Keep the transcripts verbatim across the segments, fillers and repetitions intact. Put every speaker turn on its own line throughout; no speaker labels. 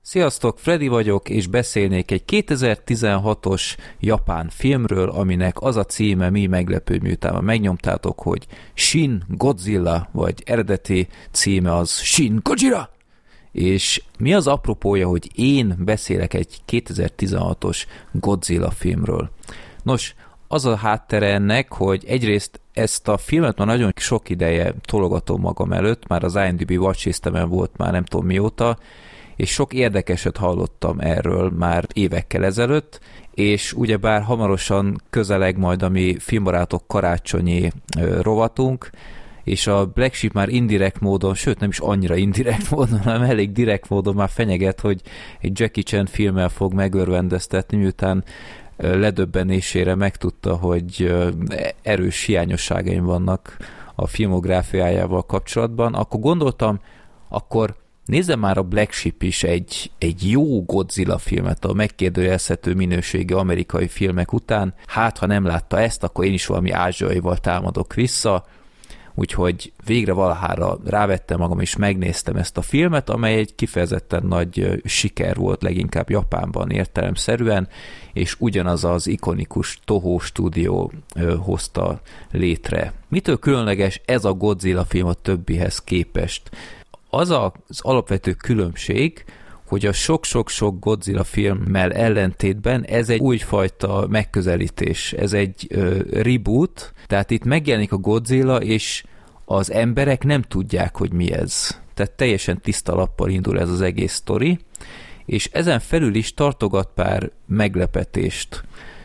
Sziasztok, Freddy vagyok, és beszélnék egy kétezer-tizenhatos japán filmről, aminek az a címe, mi meglepő, miután megnyomtátok, hogy Shin Godzilla, vagy eredeti címe az Shin Gojira. És mi az apropója, hogy én beszélek egy kétezer-tizenhatos Godzilla filmről? Nos, az a háttere ennek, hogy egyrészt ezt a filmet már nagyon sok ideje tologatom magam előtt, már az I M D B watchlistemen volt már nem tudom mióta, és sok érdekeset hallottam erről már évekkel ezelőtt, és ugyebár hamarosan közeleg majd a mi filmbarátok karácsonyi rovatunk, és a Black Sheep már indirekt módon, sőt nem is annyira indirekt módon, hanem elég direkt módon már fenyeget, hogy egy Jackie Chan filmmel fog megörvendeztetni, miután ledöbbenésére megtudta, hogy erős hiányosságaim vannak a filmográfiájával kapcsolatban, akkor gondoltam, akkor nézzem már a Black Sheep is egy, egy jó Godzilla filmet a megkérdőjelezhető minőségi amerikai filmek után. Hát, ha nem látta ezt, akkor én is valami ázsiaival támadok vissza. Úgyhogy végre valahára rávettem magam, és megnéztem ezt a filmet, amely egy kifejezetten nagy siker volt, leginkább Japánban értelemszerűen, és ugyanaz az ikonikus Toho stúdió hozta létre. Mitől különleges ez a Godzilla film a többihez képest? Az az alapvető különbség, hogy a sok-sok-sok Godzilla filmmel ellentétben ez egy újfajta megközelítés, ez egy ö, reboot, tehát itt megjelenik a Godzilla, és az emberek nem tudják, hogy mi ez. Tehát teljesen tiszta lappal indul ez az egész sztori, és ezen felül is tartogat pár meglepetést.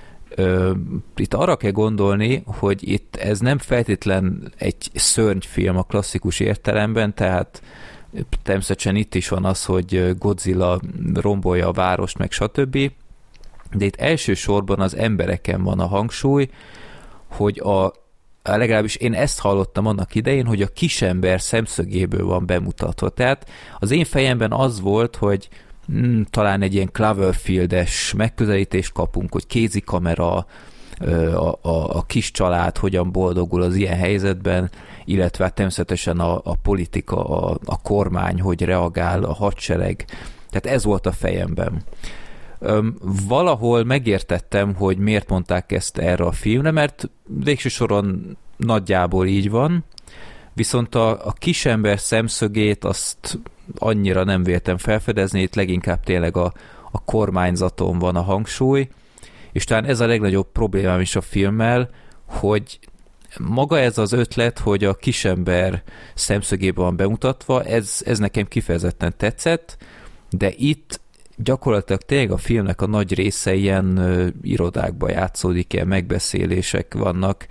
Ö, itt arra kell gondolni, hogy itt ez nem feltétlen egy szörnyfilm a klasszikus értelemben, tehát természetesen itt is van az, hogy Godzilla rombolja a várost, meg stb. De itt elsősorban az embereken van a hangsúly, hogy a, legalábbis én ezt hallottam annak idején, hogy a kisember szemszögéből van bemutatva. Tehát az én fejemben az volt, hogy hmm, talán egy ilyen Cloverfield-es megközelítést kapunk, hogy kézikamera, A, a, a kis család hogyan boldogul az ilyen helyzetben, illetve természetesen a, a politika, a, a kormány, hogy reagál, a hadsereg. Tehát ez volt a fejemben. Öm, valahol megértettem, hogy miért mondták ezt erre a filmre, mert végső soron nagyjából így van, viszont a, a kisember szemszögét azt annyira nem véltem felfedezni, itt leginkább tényleg a, a kormányzaton van a hangsúly, és talán ez a legnagyobb problémám is a filmmel, hogy maga ez az ötlet, hogy a kisember szemszögében van bemutatva, ez, ez nekem kifejezetten tetszett, de itt gyakorlatilag tényleg a filmnek a nagy része ilyen ö, irodákban játszódik, ilyen megbeszélések vannak,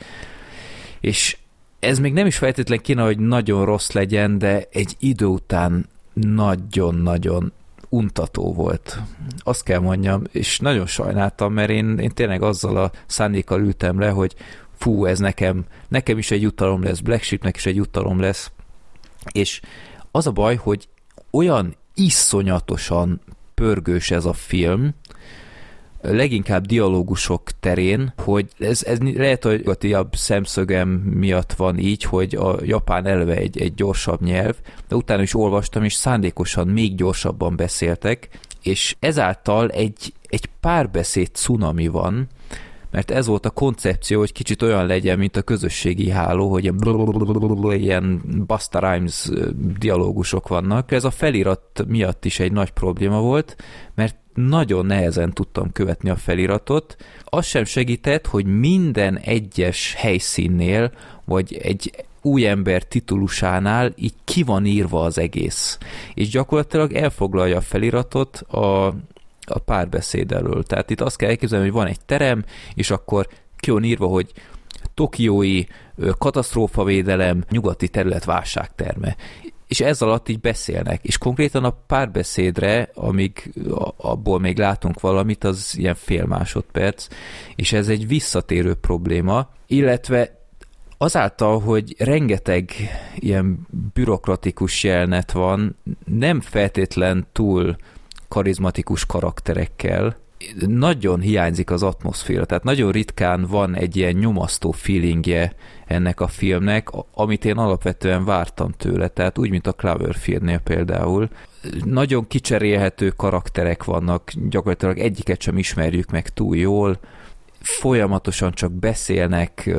és ez még nem is feltétlenül kéne, hogy nagyon rossz legyen, de egy idő után nagyon-nagyon untató volt. Azt kell mondjam, és nagyon sajnáltam, mert én, én tényleg azzal a szándékkal ültem le, hogy fú, ez nekem, nekem is egy jutalom lesz, Black Sheepnek is egy jutalom lesz, és az a baj, hogy olyan iszonyatosan pörgős ez a film, leginkább dialógusok terén, hogy ez, ez lehet, hogy a szemszögem miatt van így, hogy a japán eleve egy, egy gyorsabb nyelv, de utána is olvastam, és szándékosan még gyorsabban beszéltek, és ezáltal egy, egy párbeszéd cunami van, mert ez volt a koncepció, hogy kicsit olyan legyen, mint a közösségi háló, hogy ilyen, ilyen Busta Rhymes dialógusok vannak. Ez a felirat miatt is egy nagy probléma volt, mert nagyon nehezen tudtam követni a feliratot. Az sem segített, hogy minden egyes helyszínnél, vagy egy új ember titulusánál így ki van írva az egész. És gyakorlatilag elfoglalja a feliratot a, a párbeszéd elől. Tehát itt azt kell elképzelni, hogy van egy terem, és akkor ki van írva, hogy tokiói katasztrófavédelem, nyugati terület válságterme. És ez alatt így beszélnek, és konkrétan a párbeszédre, amíg abból még látunk valamit, az ilyen fél másodperc, és ez egy visszatérő probléma, illetve azáltal, hogy rengeteg ilyen bürokratikus jelenet van, nem feltétlen túl karizmatikus karakterekkel, nagyon hiányzik az atmoszféra, tehát nagyon ritkán van egy ilyen nyomasztó feelingje ennek a filmnek, amit én alapvetően vártam tőle, tehát úgy, mint a Cloverfieldnél például. nagyon kicserélhető karakterek vannak, gyakorlatilag egyiket sem ismerjük meg túl jól, folyamatosan csak beszélnek,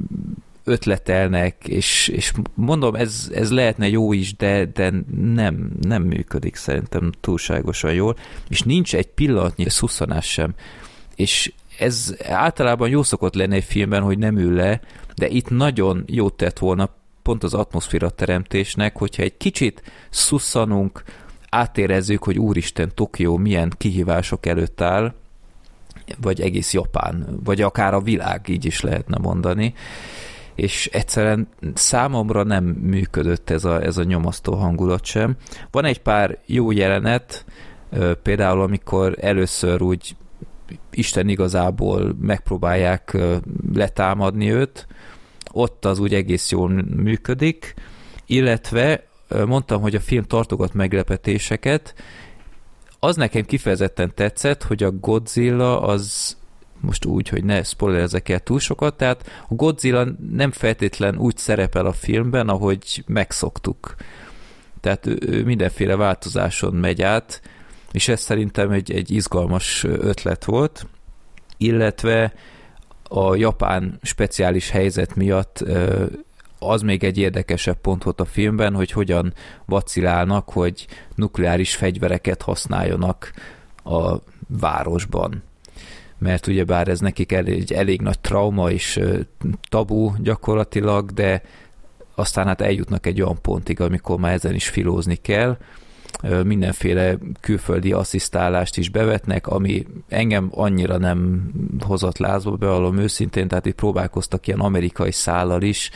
ötletelnek, és, és mondom, ez, ez lehetne jó is, de, de nem, nem működik szerintem túlságosan jól, és nincs egy pillanatnyi szusszanás sem. És ez általában jó szokott lenni egy filmben, hogy nem ül le, de itt nagyon jót tett volna pont az atmoszféra teremtésnek, hogyha egy kicsit szusszanunk, átérezzük, hogy úristen, Tokió milyen kihívások előtt áll, vagy egész Japán, vagy akár a világ, így is lehetne mondani, és egyszerűen számomra nem működött ez a, ez a nyomasztó hangulat sem. Van egy pár jó jelenet, például amikor először úgy Isten igazából megpróbálják letámadni őt, ott az úgy egész jól működik, illetve mondtam, hogy a film tartogat meglepetéseket, az nekem kifejezetten tetszett, hogy a Godzilla az most úgy, hogy ne spoilerezzek el túl sokat, tehát a Godzilla nem feltétlen úgy szerepel a filmben, ahogy megszoktuk. Tehát ő, ő mindenféle változáson megy át, és ez szerintem egy, egy izgalmas ötlet volt, illetve a japán speciális helyzet miatt az még egy érdekesebb pont volt a filmben, hogy hogyan vacilálnak, hogy nukleáris fegyvereket használjanak a városban. Mert ugyebár ez nekik elég, elég nagy trauma és tabu gyakorlatilag, de aztán hát eljutnak egy olyan pontig, amikor már ezen is filózni kell. Mindenféle külföldi asszisztálást is bevetnek, ami engem annyira nem hozott lázba, bevallom őszintén, tehát itt próbálkoztak ilyen amerikai szállal is,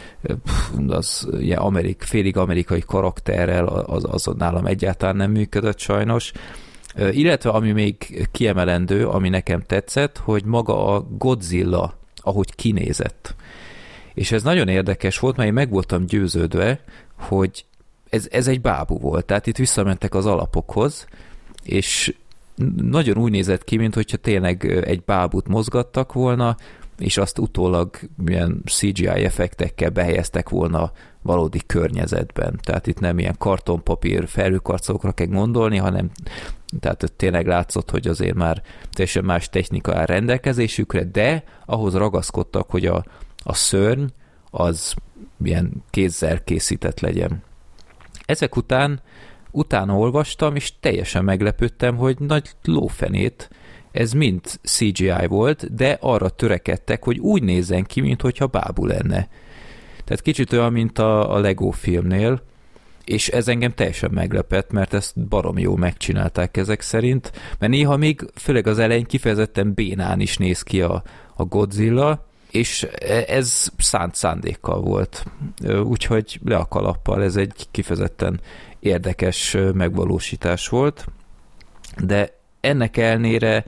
az ilyen amerik, félig amerikai karakterrel, az, az nálam egyáltalán nem működött sajnos. Illetve ami még kiemelendő, ami nekem tetszett, hogy maga a Godzilla, ahogy kinézett. És ez nagyon érdekes volt, mert én meg voltam győződve, hogy ez, ez egy bábú volt. Tehát itt visszamentek az alapokhoz, és nagyon úgy nézett ki, mint hogyha tényleg egy bábút mozgattak volna, és azt utólag ilyen cé gé i effektekkel behelyeztek volna valódi környezetben. Tehát itt nem ilyen kartonpapír felhőkarcolókra kell gondolni, hanem tehát tényleg látszott, hogy azért már teljesen más technika áll rendelkezésükre, de ahhoz ragaszkodtak, hogy a, a szörny az ilyen kézzel készített legyen. Ezek után utána olvastam, és teljesen meglepődtem, hogy nagy lófenét, ez mind cé gé i volt, de arra törekedtek, hogy úgy nézzen ki, minthogyha bábú lenne. Tehát kicsit olyan, mint a, a Lego filmnél, és ez engem teljesen meglepett, mert ezt baromi jól megcsinálták ezek szerint, mert néha még, főleg az elején kifejezetten bénán is néz ki a, a Godzilla, és ez szánt szándékkal volt. Úgyhogy le a kalappal, ez egy kifejezetten érdekes megvalósítás volt, de ennek ellenére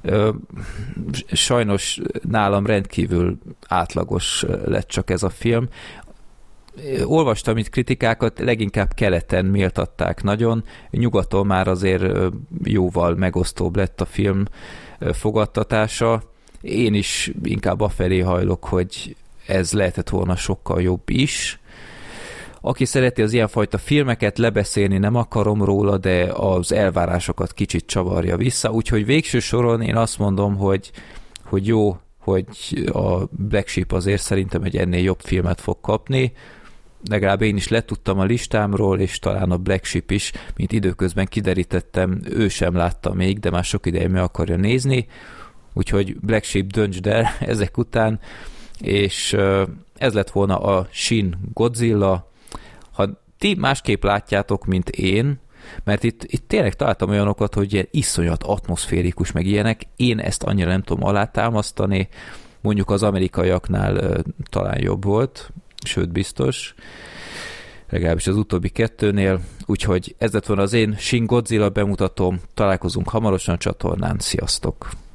sajnos nálam rendkívül átlagos lett csak ez a film. Olvastam itt kritikákat, leginkább keleten méltatták nagyon, nyugaton már azért jóval megosztóbb lett a film fogadtatása. Én is inkább afelé hajlok, hogy ez lehetett volna sokkal jobb is. Aki szereti az ilyenfajta filmeket, lebeszélni nem akarom róla, de az elvárásokat kicsit csavarja vissza, úgyhogy végső soron én azt mondom, hogy, hogy jó, hogy a Black Sheep azért szerintem egy ennél jobb filmet fog kapni. Legalább én is letudtam a listámról, és talán a Black Sheep is, mint időközben kiderítettem, ő sem látta még, de már sok ideje meg akarja nézni, úgyhogy Black Sheep döntsd el ezek után, és ez lett volna a Shin Godzilla. Ha ti másképp látjátok, mint én, mert itt, itt tényleg találtam olyanokat, hogy ilyen iszonyat atmoszférikus, meg ilyenek, én ezt annyira nem tudom alátámasztani, mondjuk az amerikaiaknál uh, talán jobb volt, sőt biztos, legalábbis az utóbbi kettőnél, úgyhogy ez lett volna az én Shin Godzilla bemutatom, találkozunk hamarosan a csatornán, sziasztok!